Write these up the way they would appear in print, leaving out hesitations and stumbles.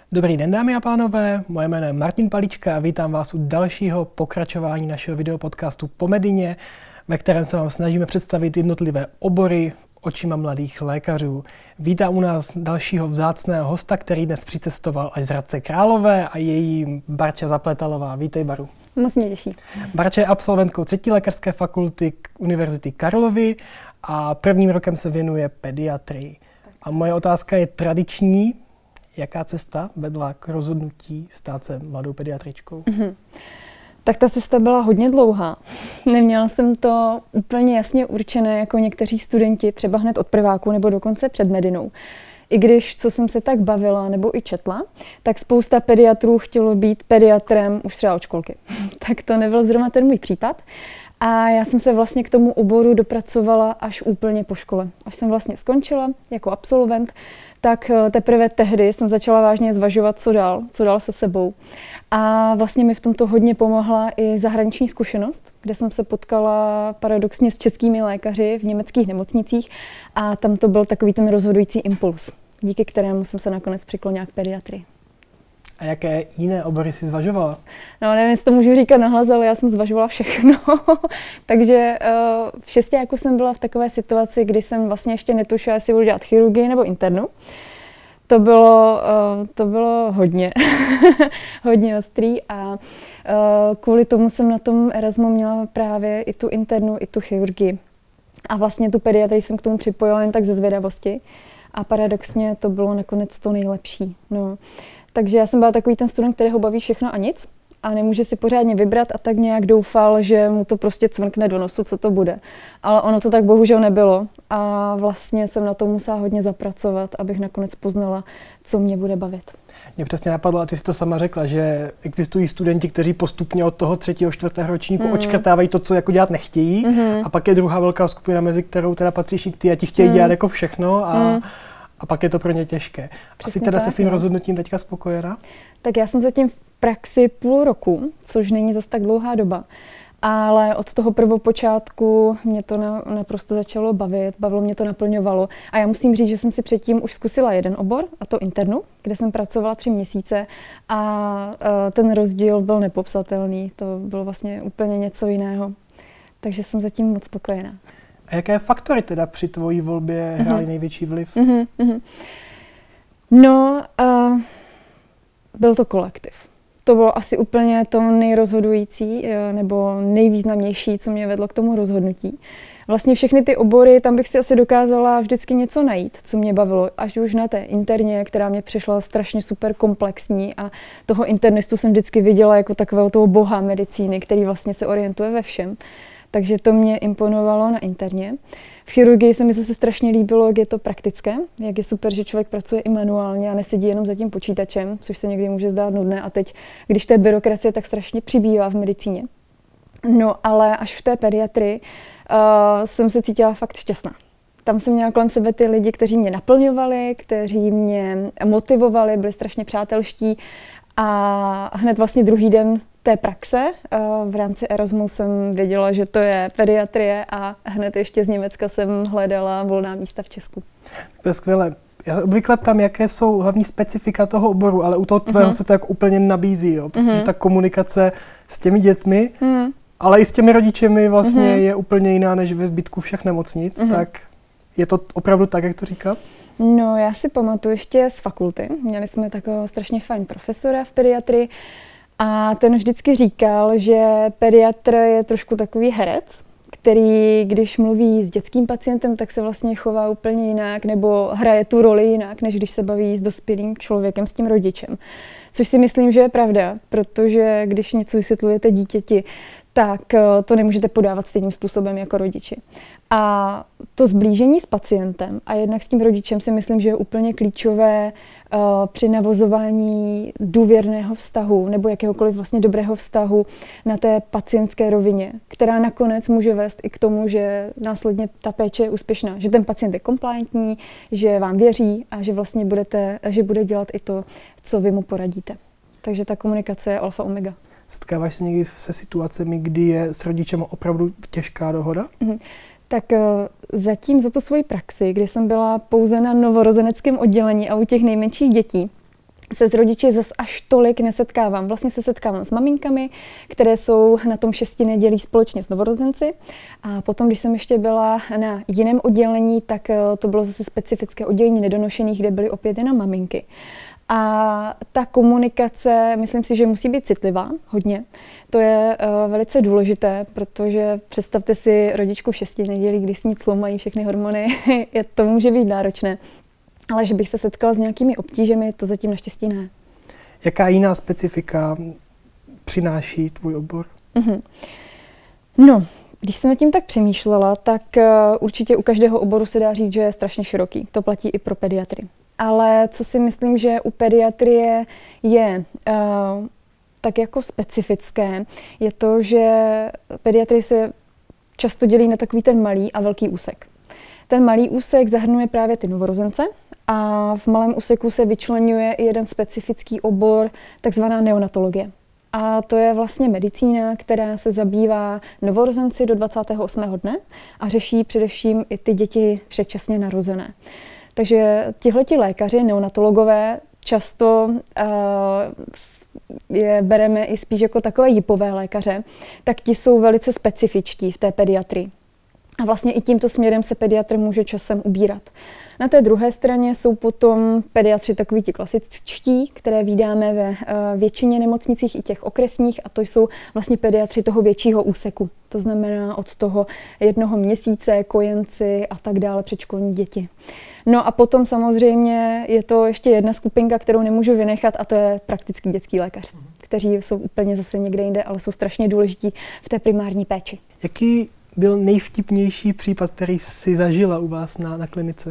Dobrý den, dámy a pánové, moje jméno je Martin Palička a vítám vás u dalšího pokračování našeho videopodcastu Po Medině, ve kterém se vám snažíme představit jednotlivé obory očima mladých lékařů. Vítám u nás dalšího vzácného hosta, který dnes přicestoval až z Hradce Králové a její Barča Zapletalová. Vítej, Baru. Moc mě těší. Barča je absolventkou 3. lékařské fakulty Univerzity Karlovy a prvním rokem se věnuje pediatrii. A moje otázka je tradiční. Jaká cesta vedla k rozhodnutí stát se mladou pediatričkou? Tak ta cesta byla hodně dlouhá. Neměla jsem to úplně jasně určené jako někteří studenti, třeba hned od prváku nebo dokonce před medinou. I když, co jsem se tak bavila nebo i četla, tak spousta pediatrů chtělo být pediatrem už třeba od školky. Tak to nebyl zrovna ten můj případ. A já jsem se vlastně k tomu oboru dopracovala až úplně po škole. Až jsem vlastně skončila jako absolvent, tak teprve tehdy jsem začala vážně zvažovat, co dál se sebou. A vlastně mi v tomto hodně pomohla i zahraniční zkušenost, kde jsem se potkala paradoxně s českými lékaři v německých nemocnicích a tam to byl takový ten rozhodující impuls, díky kterému jsem se nakonec přiklonila k pediatrii. A jaké jiné obory jsi zvažovala? No, nevím, jestli to můžu říkat nahlas, ale já jsem zvažovala všechno. Takže v šestáku jsem byla v takové situaci, kdy jsem vlastně ještě netušila, jestli budu dělat chirurgii nebo internu. To bylo hodně, hodně ostrý a kvůli tomu jsem na tom Erasmu měla právě i tu internu, i tu chirurgii. A vlastně tu pediatrii jsem k tomu připojila jen tak ze zvědavosti a paradoxně to bylo nakonec to nejlepší. No. Takže já jsem byla takový ten student, kterého baví všechno a nic a nemůže si pořádně vybrat a tak nějak doufal, že mu to prostě cvrkne do nosu, co to bude. Ale ono to tak bohužel nebylo a vlastně jsem na to musela hodně zapracovat, abych nakonec poznala, co mě bude bavit. Mě přesně napadlo, a ty jsi to sama řekla, že existují studenti, kteří postupně od toho 3., 4. ročníku odškrtávají to, co jako dělat nechtějí a pak je druhá velká skupina, mezi kterou teda patříš i ty a ti chtějí dělat jako všechno a pak je to pro ně těžké. Přesně Asi teda tak, se s tím rozhodnutím teďka spokojená? Tak já jsem zatím v praxi půl roku, což není zas tak dlouhá doba. Ale od toho prvopočátku mě to naprosto začalo bavit, bavilo mě to, naplňovalo. A já musím říct, že jsem si předtím už zkusila jeden obor, a to internu, kde jsem pracovala 3 měsíce a ten rozdíl byl nepopsatelný. To bylo vlastně úplně něco jiného. Takže jsem zatím moc spokojená. A jaké faktory teda při tvojí volbě hrály největší vliv? No, byl to kolektiv. To bylo asi úplně to nejrozhodující nebo nejvýznamnější, co mě vedlo k tomu rozhodnutí. Vlastně všechny ty obory, tam bych si asi dokázala vždycky něco najít, co mě bavilo. Až už na té interně, která mě přišla strašně super komplexní a toho internistu jsem vždycky viděla jako takového toho boha medicíny, který vlastně se orientuje ve všem. Takže to mě imponovalo na interně. V chirurgii se mi zase strašně líbilo, jak je to praktické, jak je super, že člověk pracuje i manuálně a nesedí jenom za tím počítačem, což se někdy může zdát nudné a teď, když té byrokracie tak strašně přibývá v medicíně. No ale až v té pediatrii jsem se cítila fakt šťastná. Tam jsem měla kolem sebe ty lidi, kteří mě naplňovali, kteří mě motivovali, byli strašně přátelští a hned vlastně druhý den té praxe v rámci Erasmu jsem věděla, že to je pediatrie a hned ještě z Německa jsem hledala volná místa v Česku. To je skvělé. Já obvykle ptám, jaké jsou hlavní specifika toho oboru, ale u toho tvého se to jako úplně nabízí. Jo? Prostě ta komunikace s těmi dětmi, ale i s těmi rodičemi vlastně je úplně jiná než ve zbytku všech nemocnic. Tak je to opravdu tak, jak to říká? No, já si pamatuju ještě z fakulty. Měli jsme takového strašně fajn profesora v pediatrii a ten vždycky říkal, že pediatr je trošku takový herec, který, když mluví s dětským pacientem, tak se vlastně chová úplně jinak nebo hraje tu roli jinak, než když se baví s dospělým člověkem, s tím rodičem. Což si myslím, že je pravda, protože když něco vysvětlujete dítěti, tak to nemůžete podávat stejným způsobem jako rodiči. A to sblížení s pacientem a jednak s tím rodičem si myslím, že je úplně klíčové při navozování důvěrného vztahu nebo jakéhokoliv vlastně dobrého vztahu na té pacientské rovině, která nakonec může vést i k tomu, že následně ta péče je úspěšná, že ten pacient je kompliantní, že vám věří a že vlastně bude dělat i to, co vy mu poradíte. Takže ta komunikace je alfa omega. Setkáváš se někdy se situacemi, kdy je s rodičem opravdu těžká dohoda? Tak zatím za tu svoji praxi, kdy jsem byla pouze na novorozeneckém oddělení a u těch nejmenších dětí, se s rodiči zas až tolik nesetkávám. Vlastně se setkávám s maminkami, které jsou na tom 6 nedělí společně s novorozenci. A potom, když jsem ještě byla na jiném oddělení, tak to bylo zase specifické oddělení nedonošených, kde byly opět jenom maminky. A ta komunikace, myslím si, že musí být citlivá hodně. To je velice důležité, protože představte si rodičku v 6 nedělí, kdy si nic mají všechny hormony, to může být náročné. Ale že bych se setkala s nějakými obtížemi, to zatím naštěstí ne. Jaká jiná specifika přináší tvůj obor? No, když jsem tím tak přemýšlela, tak určitě u každého oboru se dá říct, že je strašně široký. To platí i pro pediatry. Ale co si myslím, že u pediatrie je tak jako specifické, je to, že pediatrie se často dělí na takový ten malý a velký úsek. Ten malý úsek zahrnuje právě ty novorozence a v malém úseku se vyčleňuje i jeden specifický obor, takzvaná neonatologie. A to je vlastně medicína, která se zabývá novorozenci do 28. dne a řeší především i ty děti předčasně narozené. Takže tihleti lékaři, neonatologové, často je bereme i spíš jako takové jipové lékaře, tak ti jsou velice specifičtí v té pediatrii. A vlastně i tímto směrem se pediatr může časem ubírat. Na té druhé straně jsou potom pediatři takoví ti klasičtí, které vídáme ve většině nemocnicích i těch okresních, a to jsou vlastně pediatři toho většího úseku. To znamená od toho 1 měsíce, kojenci a tak dále, předškolní děti. No a potom samozřejmě je to ještě jedna skupinka, kterou nemůžu vynechat, a to je praktický dětský lékař, kteří jsou úplně zase někde jinde, ale jsou strašně důležití v té primární péči. Jaký byl nejvtipnější případ, který jsi zažila u vás na klinice?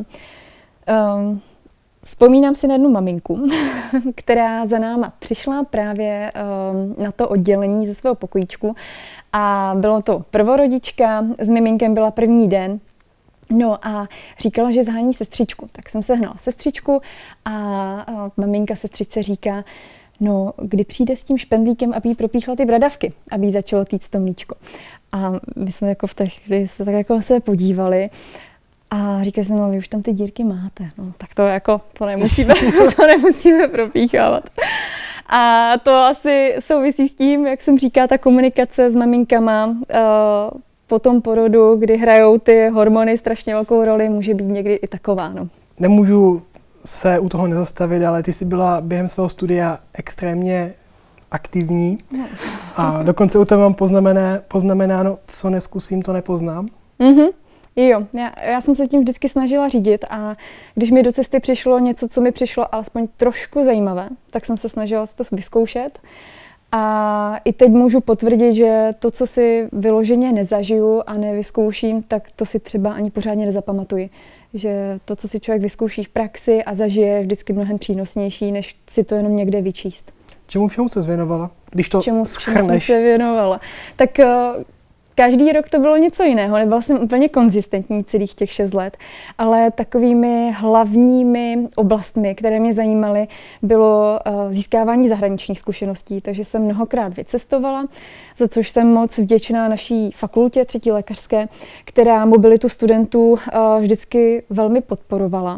Vzpomínám si na jednu maminku, která za náma přišla právě na to oddělení ze svého pokojíčku a bylo to prvorodička, s miminkem byla první den. No a říkala, že zhání sestřičku. Tak jsem sehnala sestřičku a maminka sestřičce říká, no, kdy přijde s tím špendlíkem, aby jí propíchla ty bradavky, aby jí začalo týct to mlíčko. A my jsme jako v té chvíli se tak jako se podívali a říkali jsme, no vy už tam ty dírky máte, no tak to nemusíme propíchávat. A to asi souvisí s tím, jak jsem říká, ta komunikace s maminkama po tom porodu, kdy hrajou ty hormony strašně velkou roli, může být někdy i taková, no. Nemůžu se u toho nezastavit, ale ty jsi byla během svého studia extrémně aktivní a dokonce u tebe mám poznamenáno, co neskusím, to nepoznám. Jo, já jsem se tím vždycky snažila řídit a když mi do cesty přišlo něco, co mi přišlo alespoň trošku zajímavé, tak jsem se snažila to vyzkoušet. A i teď můžu potvrdit, že to, co si vyloženě nezažiju a nevyzkouším, tak to si třeba ani pořádně nezapamatuji. Že to, co si člověk vyzkouší v praxi a zažije, je vždycky mnohem přínosnější, než si to jenom někde vyčíst. Čemu všemu se věnovala? Když to čemu jsem se věnovala? Tak každý rok to bylo něco jiného, nebyla jsem úplně konzistentní celých těch 6 let, ale takovými hlavními oblastmi, které mě zajímaly, bylo získávání zahraničních zkušeností, takže jsem mnohokrát vycestovala, za což jsem moc vděčná naší fakultě 3. lékařské, která mobilitu studentů vždycky velmi podporovala.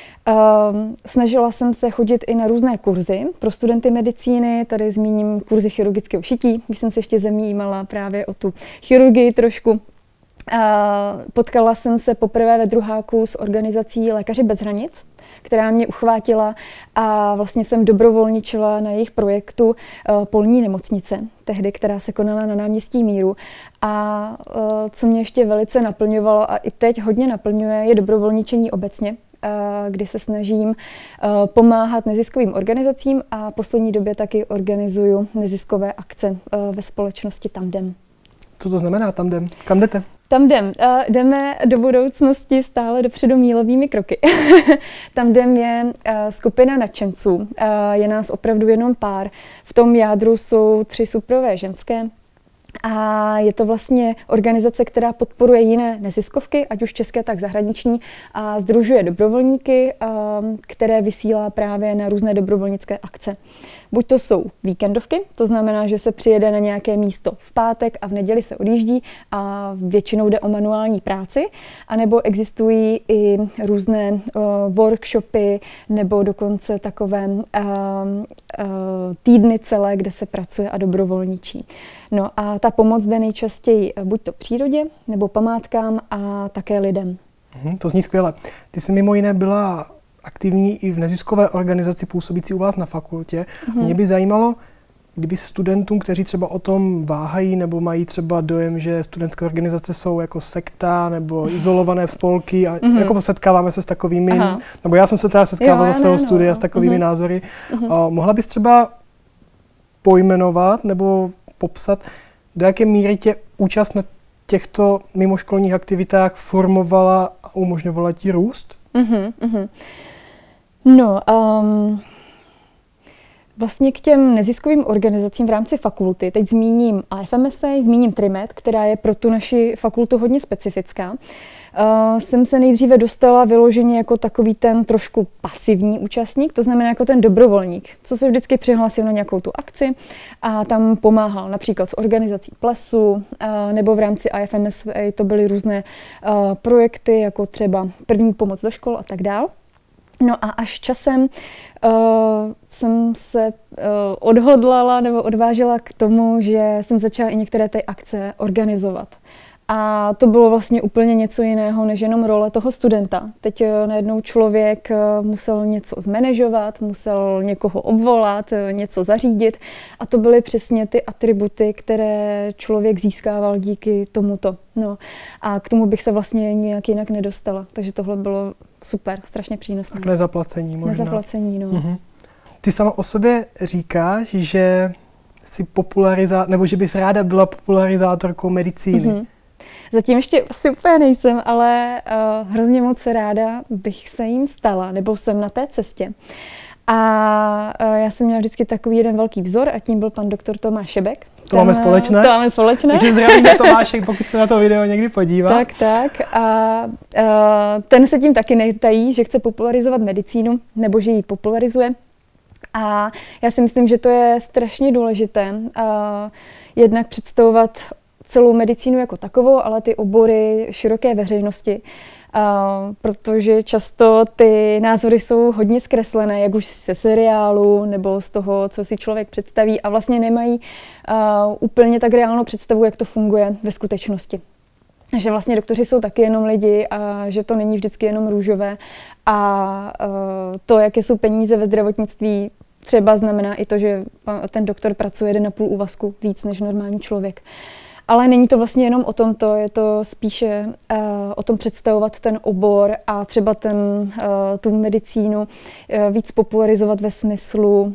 Snažila jsem se chodit i na různé kurzy pro studenty medicíny, tady zmíním kurzy chirurgického šití, když jsem se ještě zajímala právě o tu chirurgii trošku. Potkala jsem se poprvé ve druháku s organizací Lékaři bez hranic, která mě uchvátila a vlastně jsem dobrovolničila na jejich projektu polní nemocnice, tehdy, která se konala na náměstí Míru. A co mě ještě velice naplňovalo a i teď hodně naplňuje, je dobrovolničení obecně, kdy se snažím pomáhat neziskovým organizacím a v poslední době taky organizuju neziskové akce ve společnosti Tandem. Co to znamená Tandem? Kam jdete? Tandem. Jdeme do budoucnosti stále dopředu mílovými kroky. Tandem je skupina nadšenců. Je nás opravdu jenom pár. V tom jádru jsou 3 suprové ženské, A je to vlastně organizace, která podporuje jiné neziskovky, ať už české, tak zahraniční, a sdružuje dobrovolníky, které vysílá právě na různé dobrovolnické akce. Buď to jsou víkendovky, to znamená, že se přijede na nějaké místo v pátek a v neděli se odjíždí a většinou jde o manuální práci, anebo existují i různé workshopy nebo dokonce takové týdny celé, kde se pracuje a dobrovolničí. No a ta pomoc jde nejčastěji buď to přírodě, nebo památkám a také lidem. To zní skvěle. Ty jsi mimo jiné byla aktivní i v neziskové organizaci působící u vás na fakultě. Mě by zajímalo, kdyby studentům, kteří třeba o tom váhají nebo mají třeba dojem, že studentské organizace jsou jako sekta nebo izolované spolky a jako setkáváme se s takovými, nebo já jsem se teda setkával za svého studia s takovými názory. Mohla bys třeba pojmenovat nebo popsat, do jaké míry tě účast na těchto mimoškolních aktivitách formovala a umožňovala ti růst? No, vlastně k těm neziskovým organizacím v rámci fakulty, teď zmíním AFMSA, zmíním TRIMED, která je pro tu naši fakultu hodně specifická. Jsem se nejdříve dostala vyloženě jako takový ten trošku pasivní účastník, to znamená jako ten dobrovolník, co se vždycky přihlásil na nějakou tu akci a tam pomáhal například s organizací plesu nebo v rámci AFMSA to byly různé projekty, jako třeba první pomoc do škol a tak dál. No a až časem jsem se odhodlala nebo odvážila k tomu, že jsem začala i některé ty akce organizovat. A to bylo vlastně úplně něco jiného, než jenom role toho studenta. Teď najednou člověk musel něco zmanéžovat, musel někoho obvolat, něco zařídit. A to byly přesně ty atributy, které člověk získával díky tomuto. No. A k tomu bych se vlastně nějak jinak nedostala. Takže tohle bylo super, strašně přínosné. Tak nezaplacení možná. Nezaplacení, no. Ty sama o sobě říkáš, že jsi nebo že bys ráda byla popularizátorkou medicíny. Zatím ještě asi úplně nejsem, ale hrozně moc ráda bych se jim stala, nebo jsem na té cestě. A já jsem měla vždycky takový jeden velký vzor a tím byl pan doktor Tomáš Šebek. To máme společné? To máme společné. Takže zdravíme Tomášek, pokud se na to video někdy podívá. Tak. A ten se tím taky netají, že chce popularizovat medicínu, nebo že ji popularizuje. A já si myslím, že to je strašně důležité. Jednak představovat celou medicínu jako takovou, ale ty obory široké veřejnosti, protože často ty názory jsou hodně zkreslené, jak už ze seriálu nebo z toho, co si člověk představí a vlastně nemají úplně tak reálnou představu, jak to funguje ve skutečnosti. Že vlastně doktoři jsou taky jenom lidi a že to není vždycky jenom růžové a to, jaké jsou peníze ve zdravotnictví, třeba znamená i to, že ten doktor pracuje 1,5 úvazku víc než normální člověk. Ale není to vlastně jenom o tomto, je to spíše o tom představovat ten obor a třeba tu medicínu víc popularizovat ve smyslu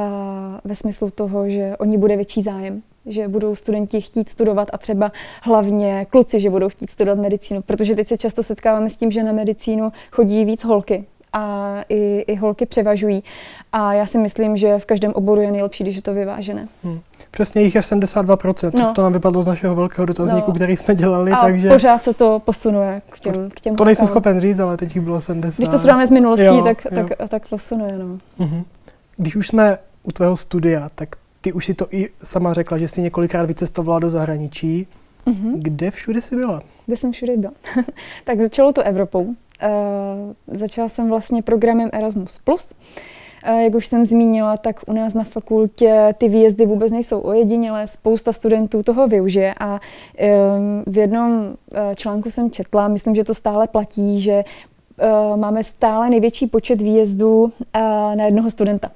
toho, že o ní bude větší zájem. Že budou studenti chtít studovat a třeba hlavně kluci, že budou chtít studovat medicínu. Protože teď se často setkáváme s tím, že na medicínu chodí víc holky a i holky převažují. A já si myslím, že v každém oboru je nejlepší, když je to vyvážené. Přesně jich je 72%, to nám vypadlo z našeho velkého dotazníku, který jsme dělali. A takže pořád se to posunuje k těm to nejsem schopen říct, ale teď jich bylo 70. Když to srovnáme s minulostí, tak posunuje. No. Když už jsme u tvého studia, tak ty už si to i sama řekla, že jsi několikrát vycestovala do zahraničí. Kde všude jsi byla? Kde jsem všude byla? Tak začalo to Evropou. Začala jsem vlastně programem Erasmus+. Jak už jsem zmínila, tak u nás na fakultě ty výjezdy vůbec nejsou ojedinělé, spousta studentů toho využije a v jednom článku jsem četla, myslím, že to stále platí, že máme stále největší počet výjezdů na jednoho studenta.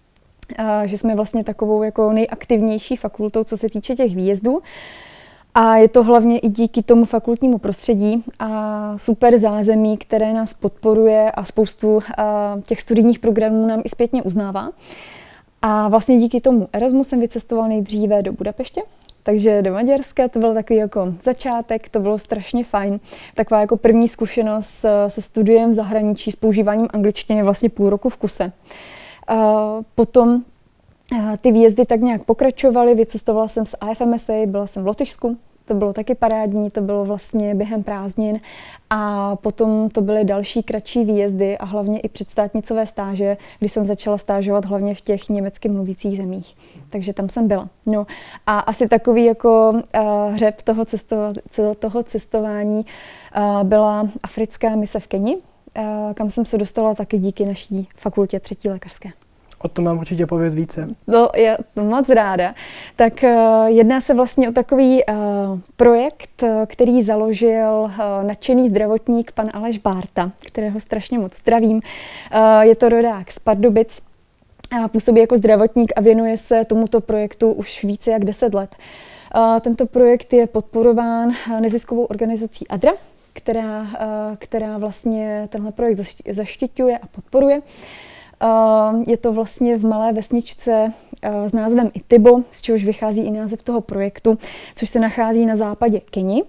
Že jsme vlastně takovou jako nejaktivnější fakultou, co se týče těch výjezdů. A je to hlavně i díky tomu fakultnímu prostředí a super zázemí, které nás podporuje a spoustu těch studijních programů nám i zpětně uznává. A vlastně díky tomu Erasmu jsem vycestoval nejdříve do Budapeště, takže do Maďarska, to byl takový jako začátek, to bylo strašně fajn. Taková jako první zkušenost se studiem v zahraničí s používáním angličtiny vlastně půl roku v kuse. Potom ty výjezdy tak nějak pokračovaly, vycestovala jsem z AFMSA, byla jsem v Lotyšsku, to bylo taky parádní, to bylo vlastně během prázdnin a potom to byly další kratší výjezdy a hlavně i předstátnicové stáže, kdy jsem začala stážovat hlavně v těch německy mluvících zemích. Takže tam jsem byla. No a asi takový jako hřeb toho cestování byla africká mise v Keni, kam jsem se dostala taky díky naší fakultě 3. lékařské. O tom mám určitě pověz více. No, já jsem moc ráda. Tak jedná se vlastně o takový projekt, který založil nadšený zdravotník pan Aleš Bárta, kterého strašně moc zdravím. Je to rodák z Pardubic, působí jako zdravotník a věnuje se tomuto projektu už více jak 10 let. Tento projekt je podporován neziskovou organizací ADRA, která vlastně tenhle projekt zaštiťuje a podporuje. Je to vlastně v malé vesničce s názvem Itibo, z čehož vychází i název toho projektu, což se nachází na západě Keni.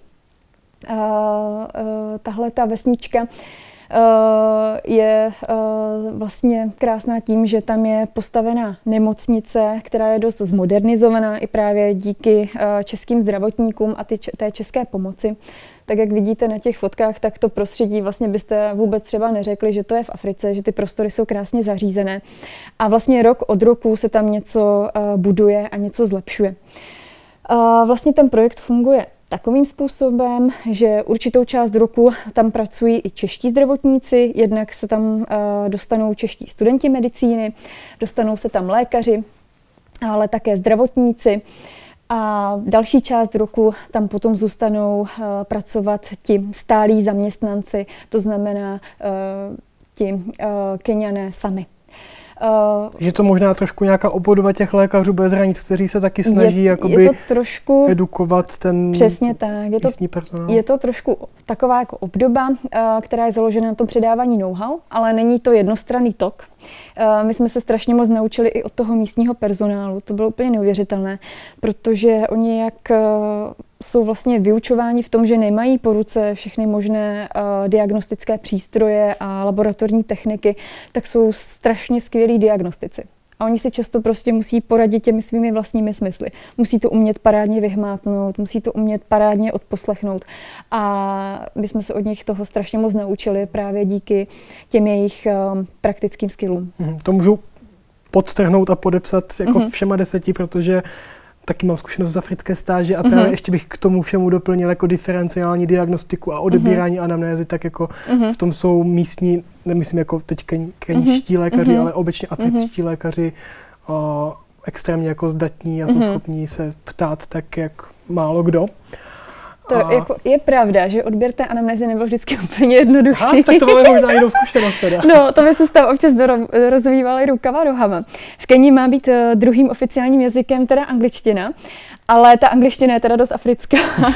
Tahle ta vesnička je vlastně krásná tím, že tam je postavená nemocnice, která je dost zmodernizovaná i právě díky českým zdravotníkům a té české pomoci. Tak jak vidíte na těch fotkách, tak to prostředí vlastně byste vůbec třeba neřekli, že to je v Africe, že ty prostory jsou krásně zařízené. A vlastně rok od roku se tam něco buduje a něco zlepšuje. Vlastně ten projekt funguje takovým způsobem, že určitou část roku tam pracují i čeští zdravotníci, jednak se tam dostanou čeští studenti medicíny, dostanou se tam lékaři, ale také zdravotníci. A další část roku tam potom zůstanou pracovat ti stálí zaměstnanci, to znamená ti Keňané sami. Že to možná trošku nějaká obdoba těch lékařů bez hranic, kteří se taky snaží jakoby je to trošku edukovat ten přesně tak. místní personál. Je to trošku taková jako obdoba, která je založena na tom předávání know-how, ale není to jednostranný tok. My jsme se strašně moc naučili i od toho místního personálu. To bylo úplně neuvěřitelné, protože oni jak jsou vlastně vyučováni v tom, že nemají po ruce všechny možné diagnostické přístroje a laboratorní techniky, tak jsou strašně skvělí diagnostici. A oni si často prostě musí poradit těmi svými vlastními smysly. Musí to umět parádně vyhmátnout, musí to umět parádně odposlechnout. A my jsme se od nich toho strašně moc naučili právě díky těm jejich praktickým skillům. To můžu podtrhnout a podepsat jako všema 10, protože taky mám zkušenost z africké stáže a právě ještě bych k tomu všemu doplnil jako diferenciální diagnostiku a odebírání anamnézy, tak jako v tom jsou místní, nemyslím jako teď keňští lékaři, ale obecně afričtí lékaři extrémně jako zdatní a jsou schopní se ptát tak, jak málo kdo. To jako je pravda, že odběr té anamnézy nebyl vždycky úplně jednoduchý. Aha, tak to máme možná jinou zkušenost teda. No, to by se tam občas rozvívaly rukama nohama. V Keni má být druhým oficiálním jazykem teda angličtina, ale ta angličtina je teda dost africká.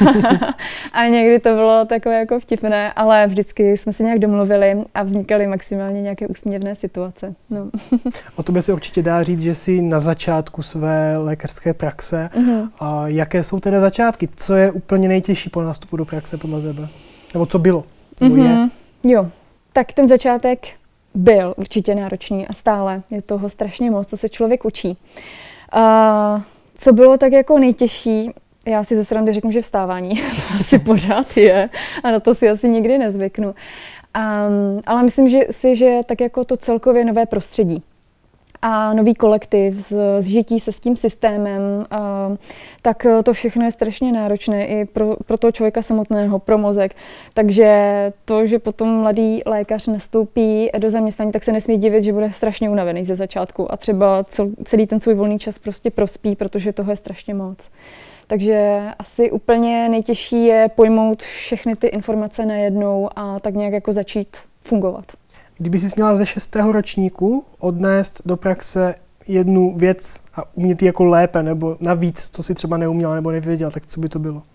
A někdy to bylo takové jako vtipné, ale vždycky jsme se nějak domluvili a vznikaly maximálně nějaké úsměvné situace. No. O tobě se určitě dá říct, že jsi na začátku své lékařské praxe. A jaké jsou teda začátky? Co je úplně nejtěžší po nástupu do praxe podle tebe? Nebo co bylo? Nebo je? Jo, tak ten začátek byl určitě náročný a stále je toho strašně moc, co se člověk učí. Co bylo tak jako nejtěžší, já si ze srandy řeknu, že vstávání asi pořád je a na to si asi nikdy nezvyknu. Ale myslím že tak jako to celkově nové prostředí a nový kolektiv, zžití se s tím systémem, tak to všechno je strašně náročné i pro toho člověka samotného, pro mozek. Takže to, že potom mladý lékař nastoupí do zaměstnání, tak se nesmí divit, že bude strašně unavený ze začátku a třeba celý ten svůj volný čas prostě prospí, protože toho je strašně moc. Takže asi úplně nejtěžší je pojmout všechny ty informace najednou a tak nějak jako začít fungovat. Kdyby jsi měla ze 6. ročníku odnést do praxe jednu věc a umět ji jako lépe nebo navíc, co si třeba neuměla nebo nevěděla, tak co by to bylo?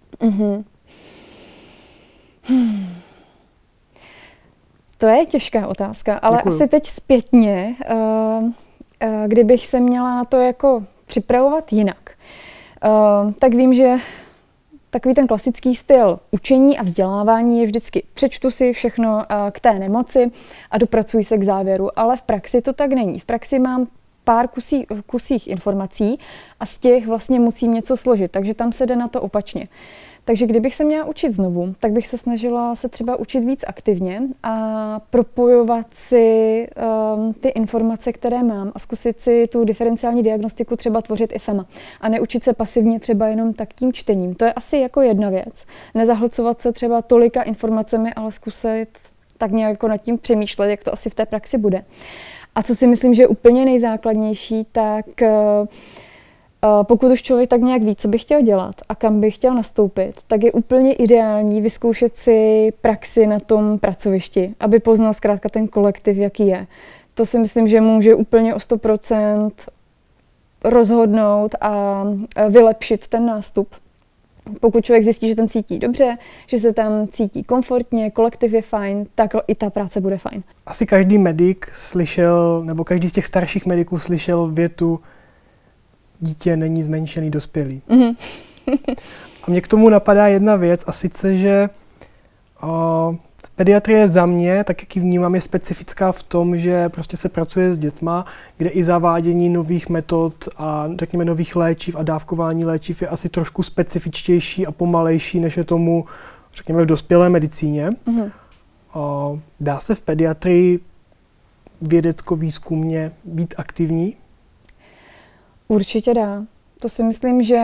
To je těžká otázka, ale děkuju. Asi teď zpětně, kdybych se měla na to jako připravovat jinak, tak vím, že takový ten klasický styl učení a vzdělávání je vždycky přečtu si všechno k té nemoci a dopracuji se k závěru, ale v praxi to tak není. V praxi mám pár kusích informací a z těch vlastně musím něco složit, takže tam se jde na to opačně. Takže kdybych se měla učit znovu, tak bych se snažila se třeba učit víc aktivně a propojovat si ty informace, které mám a zkusit si tu diferenciální diagnostiku třeba tvořit i sama. A neučit se pasivně třeba jenom tak tím čtením. To je asi jako jedna věc. Nezahlcovat se třeba tolika informacemi, ale zkusit tak nějak jako nad tím přemýšlet, jak to asi v té praxi bude. A co si myslím, že je úplně nejzákladnější, tak pokud už člověk tak nějak ví, co by chtěl dělat a kam by chtěl nastoupit, tak je úplně ideální vyzkoušet si praxi na tom pracovišti, aby poznal zkrátka ten kolektiv, jaký je. To si myslím, že může úplně o 100% rozhodnout a vylepšit ten nástup. Pokud člověk zjistí, že tam cítí dobře, že se tam cítí komfortně, kolektiv je fajn, tak i ta práce bude fajn. Asi každý medic slyšel, nebo každý z těch starších mediků slyšel větu dítě není zmenšený dospělý. Mm-hmm. A mě k tomu napadá jedna věc, a sice, že pediatrie za mě, tak jak ji vnímám, je specifická v tom, že prostě se pracuje s dětma, kde i zavádění nových metod a řekněme nových léčiv a dávkování léčiv je asi trošku specifičtější a pomalejší, než je tomu, řekněme, v dospělé medicíně. Mm-hmm. Dá se v pediatrii vědecko-výzkumně být aktivní? Určitě dá. To si myslím, že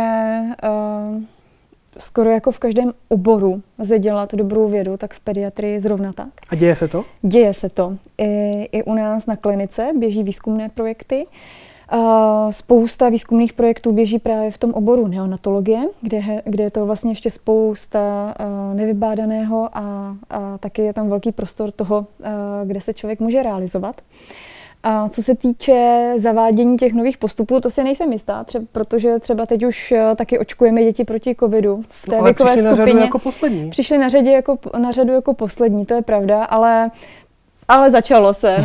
skoro jako v každém oboru lze dělat dobrou vědu, tak v pediatrii zrovna tak. A děje se to? Děje se to. I u nás na klinice běží výzkumné projekty. Spousta výzkumných projektů běží právě v tom oboru neonatologie, kde je to vlastně ještě spousta nevybádaného a taky je tam velký prostor toho, kde se člověk může realizovat. A co se týče zavádění těch nových postupů, to si nejsem jistá, protože třeba teď už taky očkujeme děti proti covidu v té věkové skupině. Přišli na řadu jako poslední. Přišli na řadu jako poslední, to je pravda, ale začalo se.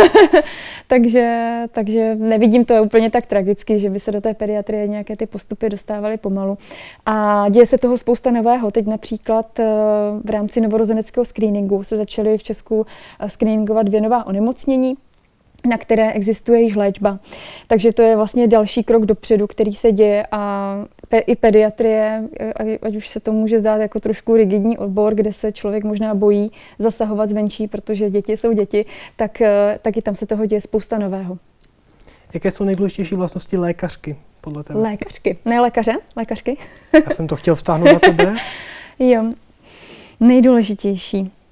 takže nevidím to úplně tak tragicky, že by se do té pediatrie nějaké ty postupy dostávaly pomalu. A děje se toho spousta nového. Teď například v rámci novorozeneckého screeningu se začaly v Česku screeningovat 2 nová onemocnění, na které existuje již léčba. Takže to je vlastně další krok dopředu, který se děje a i pediatrie, ať už se to může zdát jako trošku rigidní odbor, kde se člověk možná bojí zasahovat zvenčí, protože děti jsou děti, tak i tam se toho děje spousta nového. Jaké jsou nejdůležitější vlastnosti lékařky podle tebe? Lékařky, ne lékaře, lékařky. Já jsem to chtěl vztáhnout na tebe. Jo, nejdůležitější.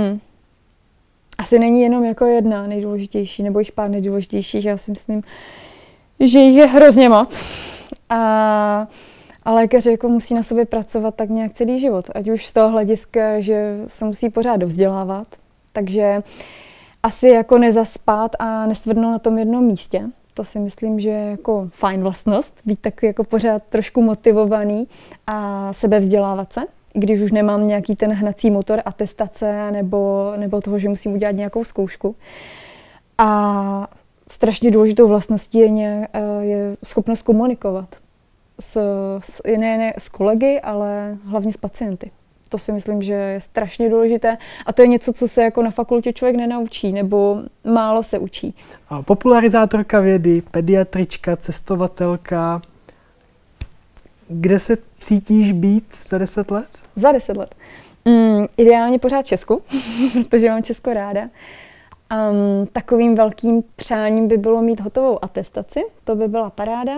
Asi není jenom jako jedna nejdůležitější, nebo jich pár nejdůležitějších. Já si myslím, že jich je hrozně moc. A lékaři jako musí na sobě pracovat tak nějak celý život. Ať už z toho hlediska, že se musí pořád dovzdělávat. Takže asi jako nezaspat a nestvrdnout na tom jednom místě. To si myslím, že je jako fajn vlastnost. Být takový jako pořád trošku motivovaný a sebevzdělávat se. Když už nemám nějaký ten hnací motor atestace nebo toho, že musím udělat nějakou zkoušku. A strašně důležitou vlastností je schopnost komunikovat ne s kolegy, ale hlavně s pacienty. To si myslím, že je strašně důležité a to je něco, co se jako na fakultě člověk nenaučí nebo málo se učí. A popularizátorka vědy, pediatrička, cestovatelka. Kde se cítíš být za 10 let? Za 10 let. Ideálně pořád v Česku, protože mám Česko ráda. Takovým velkým přáním by bylo mít hotovou atestaci, to by byla paráda.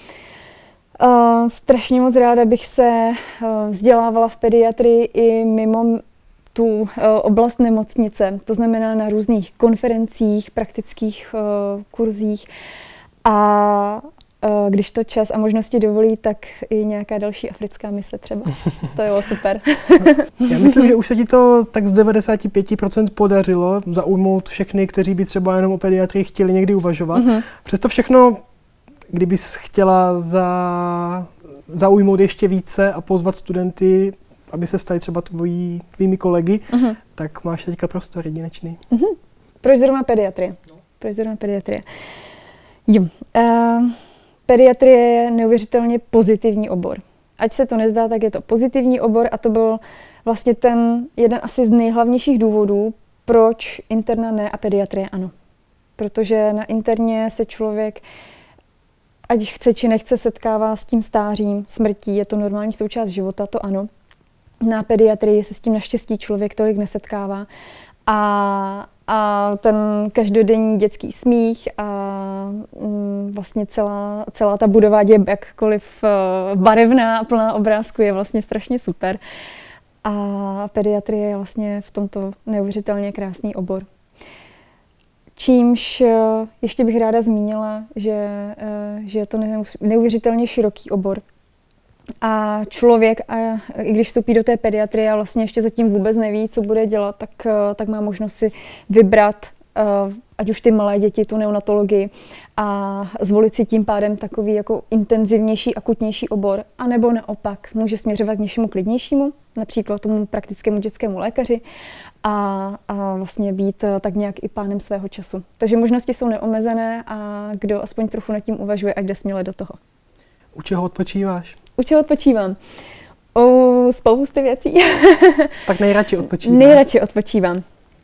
Strašně moc ráda bych se vzdělávala v pediatrii i mimo tu oblast nemocnice, to znamená na různých konferencích, praktických kurzích a když to čas a možnosti dovolí, tak i nějaká další africká mise třeba. To je super. Já myslím, že už se ti to tak z 95% podařilo zaujmout všechny, kteří by třeba jenom o pediatrii chtěli někdy uvažovat. Mm-hmm. Přesto všechno, kdybys chtěla zaujmout ještě více a pozvat studenty, aby se stali třeba tvými kolegy, tak máš teďka prostor jedinečný. Mm-hmm. Proč zrovna pediatrie? Proč zrovna pediatrie? Jo. Pediatrie je neuvěřitelně pozitivní obor. Ať se to nezdá, tak je to pozitivní obor a to byl vlastně ten jeden asi z nejhlavnějších důvodů, proč interna ne a pediatrie ano. protože na interně se člověk, ať chce či nechce, setkává s tím stářím, smrtí, je to normální součást života, to ano. Na pediatrii se s tím naštěstí člověk tolik nesetkává a ten každodenní dětský smích a vlastně celá ta budova je jakkoliv barevná a plná obrázku je vlastně strašně super. A pediatrie je vlastně v tomto neuvěřitelně krásný obor. Čímž ještě bych ráda zmínila, že je to neuvěřitelně široký obor. A člověk, i když vstoupí do té pediatrie a vlastně ještě zatím vůbec neví, co bude dělat, tak má možnost si vybrat, ať už ty malé děti, tu neonatologii a zvolit si tím pádem takový jako intenzivnější, akutnější obor, anebo naopak může směřovat k něčemu klidnějšímu, například tomu praktickému dětskému lékaři a vlastně být tak nějak i pánem svého času. Takže možnosti jsou neomezené a kdo aspoň trochu nad tím uvažuje, ať jde směle do toho. U čeho odpočíváš? U čeho odpočívám? U spousty věcí. Tak nejradši odpočívám. Nejradši odpočívám.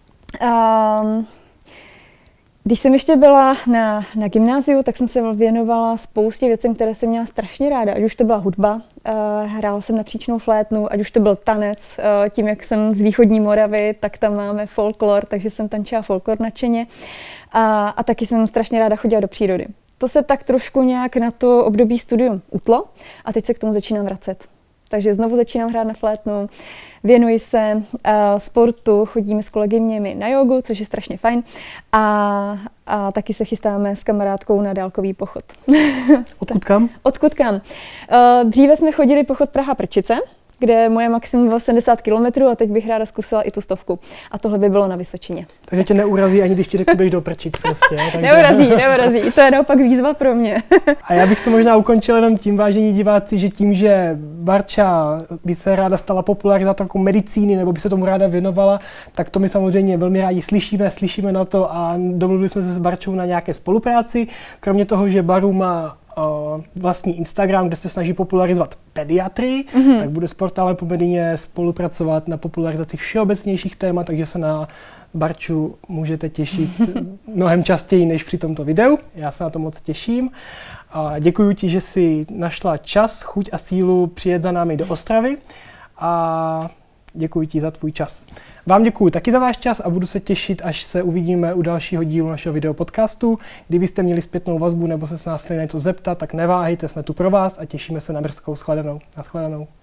Když jsem ještě byla na gymnáziu, tak jsem se věnovala spoustě věcem, které jsem měla strašně ráda. Ať už to byla hudba, hrála jsem na příčnou flétnu, ať už to byl tanec. Tím, jak jsem z východní Moravy, tak tam máme folklor, takže jsem tančila folklor nadšeně. A taky jsem strašně ráda chodila do přírody. To se tak trošku nějak na to období studium utlo a teď se k tomu začínám vracet. Takže znovu začínám hrát na flétnu, věnuji se sportu, chodíme s kolegyněmi na jogu, což je strašně fajn a taky se chystáme s kamarádkou na dálkový pochod. Odkud kam? Odkud kam? Dříve jsme chodili pochod Praha-Prčice, kde moje maximum bylo 70 km a teď bych ráda zkusila i tu 100. A tohle by bylo na Vysočině. Takže tě neurazí, ani když ti řeknu, běž do Prčic prostě. Takže... Neurazí. To je naopak výzva pro mě. A já bych to možná ukončil jenom tím, vážení diváci, že tím, že Barča by se ráda stala popularizátorkou medicíny nebo by se tomu ráda věnovala, tak to my samozřejmě velmi rádi slyšíme na to a domluvili jsme se s Barčou na nějaké spolupráci. Kromě toho, že Baru má vlastní Instagram, kde se snaží popularizovat pediatrii, tak bude s portálem Pomedině spolupracovat na popularizaci všeobecnějších témat, takže se na Barču můžete těšit mnohem častěji než při tomto videu. Já se na to moc těším. A děkuji ti, že jsi našla čas, chuť a sílu přijet za námi do Ostravy a děkuji ti za tvůj čas. Vám děkuji taky za váš čas a budu se těšit, až se uvidíme u dalšího dílu našeho videopodcastu. Kdybyste měli zpětnou vazbu nebo se s nás chtěli něco zeptat, tak neváhejte, jsme tu pro vás a těšíme se na brzkou shledanou. Naschledanou.